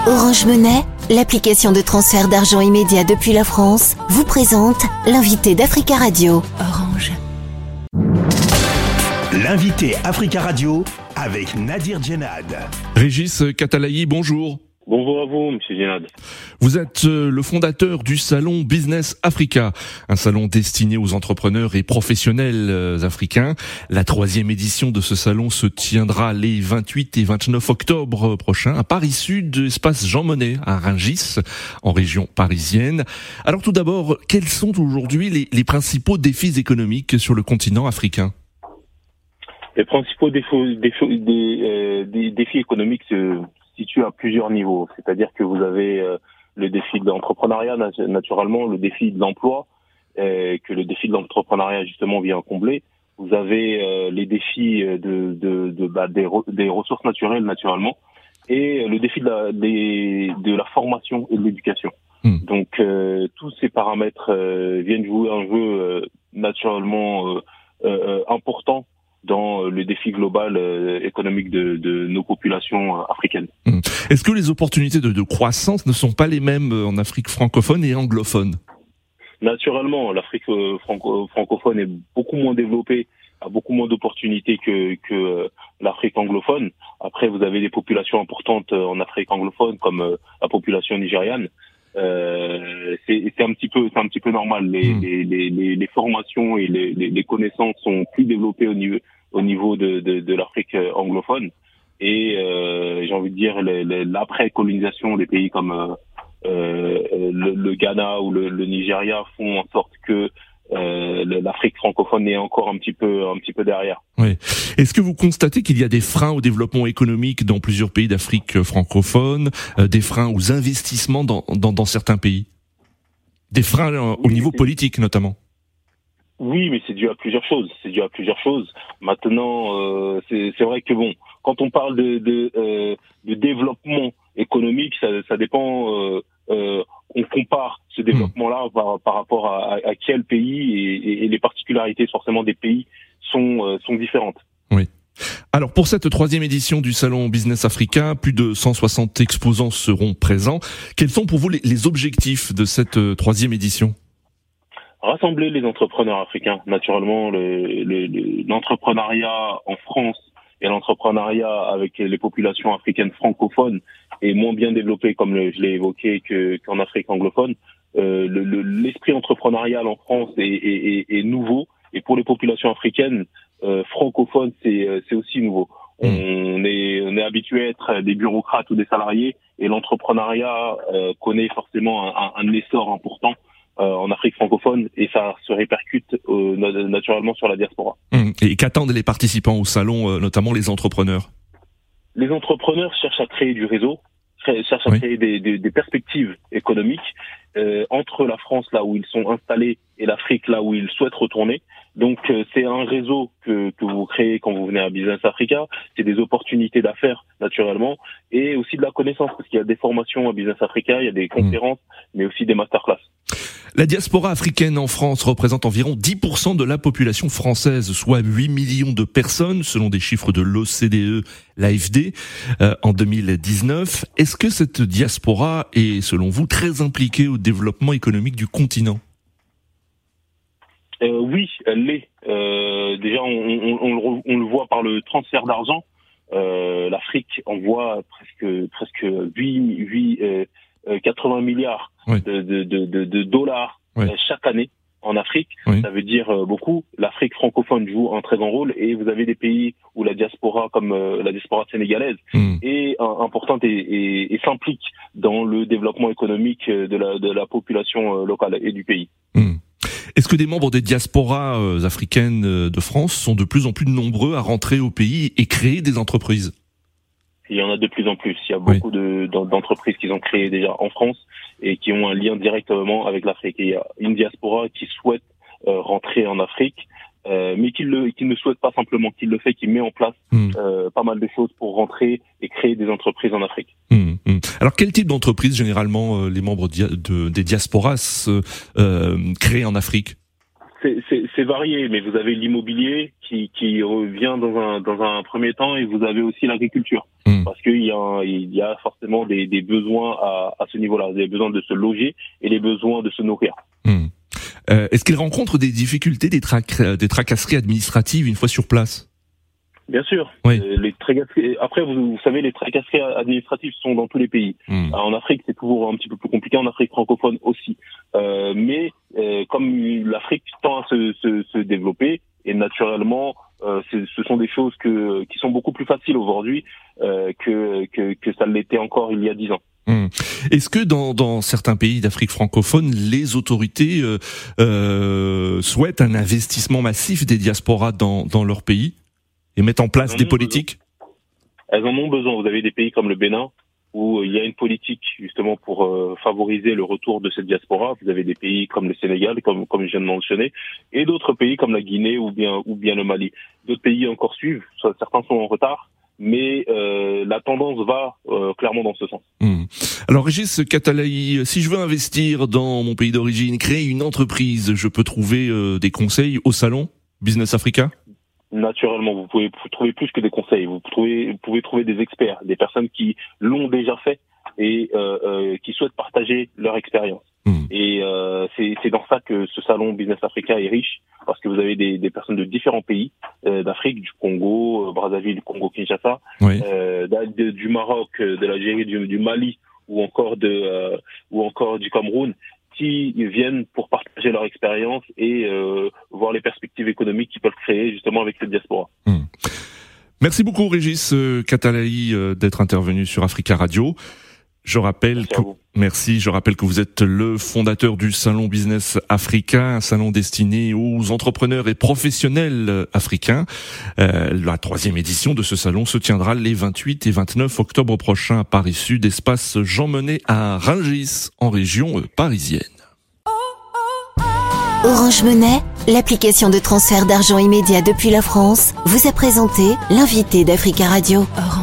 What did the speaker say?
Orange Money, l'application de transfert d'argent immédiat depuis la France, vous présente l'invité d'Africa Radio. Orange. L'invité Africa Radio avec Nadir Djenad. Régis Katalayi, bonjour. Bonjour à vous, monsieur Djenad. Vous êtes le fondateur du salon Business Africa, un salon destiné aux entrepreneurs et professionnels africains. La 3e édition de ce salon se tiendra les 28 et 29 octobre prochains à Paris Sud, espace Jean Monnet, à Rungis, en région parisienne. Alors tout d'abord, quels sont aujourd'hui les principaux défis économiques sur le continent africain ? Les principaux défis économiques se situent à plusieurs niveaux. C'est-à-dire que vous avez le défi de l'entrepreneuriat, naturellement, le défi de l'emploi, que le défi de l'entrepreneuriat justement vient combler. Vous avez les défis des ressources naturelles, naturellement, et le défi de la formation et de l'éducation. Donc tous ces paramètres viennent jouer un jeu naturellement important dans le défi global économique de nos populations africaines. Est-ce que les opportunités de croissance ne sont pas les mêmes en Afrique francophone et anglophone ? Naturellement, l'Afrique francophone est beaucoup moins développée, a beaucoup moins d'opportunités que l'Afrique anglophone. Après, vous avez des populations importantes en Afrique anglophone, comme la population nigériane. C'est un petit peu normal. Les formations et les connaissances sont plus développées au niveau de l'Afrique anglophone. Et j'ai envie de dire l'après-colonisation des pays comme le Ghana ou le Nigeria font en sorte que l'Afrique francophone est encore un petit peu derrière. Oui. Est-ce que vous constatez qu'il y a des freins au développement économique dans plusieurs pays d'Afrique francophone, des freins aux investissements dans certains pays, des freins au niveau politique notamment? Oui, mais c'est dû à plusieurs choses. Maintenant, c'est vrai que bon, quand on parle de développement économique, ça dépend. On compare ce développement-là par rapport à quel pays et les particularités forcément des pays sont différentes. Oui. Alors pour cette 3e édition du salon Business Africa, plus de 160 exposants seront présents. Quels sont pour vous les objectifs de cette 3e édition ? Rassembler les entrepreneurs africains. Naturellement, l'entrepreneuriat en France et l'entrepreneuriat avec les populations africaines francophones est moins bien développé, comme je l'ai évoqué, qu'en Afrique anglophone. L'esprit entrepreneurial en France est nouveau, et pour les populations africaines francophones, c'est aussi nouveau. On est habitué à être des bureaucrates ou des salariés, et l'entrepreneuriat connaît forcément un essor important en Afrique francophone, et ça se répercute naturellement sur la diaspora. Et qu'attendent les participants au salon, notamment les entrepreneurs ? Les entrepreneurs cherchent à créer du réseau, cherchent à créer des perspectives économiques entre la France, là où ils sont installés, et l'Afrique, là où ils souhaitent retourner. Donc c'est un réseau que vous créez quand vous venez à Business Africa. C'est des opportunités d'affaires, naturellement, et aussi de la connaissance, parce qu'il y a des formations à Business Africa, il y a des conférences, mais aussi des masterclass. La diaspora africaine en France représente environ 10% de la population française, soit 8 millions de personnes, selon des chiffres de l'OCDE, l'AFD, en 2019. Est-ce que cette diaspora est, selon vous, très impliquée au développement économique du continent ? Oui, elle l'est. Déjà, on le voit par le transfert d'argent. L'Afrique envoie presque 80 milliards de dollars chaque année en Afrique. Ça veut dire beaucoup. L'Afrique francophone joue un très grand rôle, et vous avez des pays où la diaspora, comme la diaspora sénégalaise, est importante et s'implique dans le développement économique de la population locale et du pays. Est-ce que des membres des diasporas africaines de France sont de plus en plus nombreux à rentrer au pays et créer des entreprises ? Il y en a de plus en plus. Il y a beaucoup d'entreprises qui ont créé déjà en France et qui ont un lien directement avec l'Afrique. Et il y a une diaspora qui souhaite rentrer en Afrique, mais qui ne souhaite pas simplement, qui le fait, qui met en place pas mal de choses pour rentrer et créer des entreprises en Afrique. Alors quel type d'entreprise généralement les membres des diasporas créent en Afrique ? C'est varié, mais vous avez l'immobilier qui revient dans un premier temps, et vous avez aussi l'agriculture, parce qu'il y a forcément des besoins à ce niveau-là, des besoins de se loger et les besoins de se nourrir. Est-ce qu'ils rencontrent des difficultés, des tracasseries administratives une fois sur place? Bien sûr. Oui. Après, vous savez, les tracasseries administratives sont dans tous les pays. En Afrique, c'est toujours un petit peu plus compliqué. En Afrique francophone aussi. Mais comme l'Afrique tend à se développer, et naturellement, ce sont des choses qui sont beaucoup plus faciles aujourd'hui que ça l'était encore il y a 10 ans. Est-ce que dans certains pays d'Afrique francophone, les autorités souhaitent un investissement massif des diasporas dans leur pays et mettent en place des politiques? Elles en ont besoin. Vous avez des pays comme le Bénin où il y a une politique justement pour favoriser le retour de cette diaspora. Vous avez des pays comme le Sénégal, comme je viens de mentionner, et d'autres pays comme la Guinée ou bien le Mali. D'autres pays encore suivent. Certains sont en retard, mais la tendance va clairement dans ce sens. Alors Régis Katalahi, si je veux investir dans mon pays d'origine, créer une entreprise, je peux trouver des conseils au salon Business Africa? Naturellement, vous pouvez trouver plus que des conseils. Vous pouvez trouver des experts, des personnes qui l'ont déjà fait et qui souhaitent partager leur expérience. Et c'est dans ça que ce salon Business Africa est riche, parce que vous avez des personnes de différents pays d'Afrique, du Congo, Brazzaville, du Congo-Kinshasa, oui. Du Maroc, de l'Algérie, du Mali ou encore du Cameroun, qui viennent pour partager leur expérience et voir les perspectives économiques qu'ils peuvent créer justement avec cette diaspora. Merci beaucoup Régis Katalahi d'être intervenu sur Africa Radio. Je rappelle que vous êtes le fondateur du Salon Business Africa, un salon destiné aux entrepreneurs et professionnels africains. La 3e édition de ce salon se tiendra les 28 et 29 octobre prochains à Paris Sud, espace Jean Monnet à Rungis, en région parisienne. Orange Money, l'application de transfert d'argent immédiat depuis la France, vous a présenté l'invité d'Africa Radio.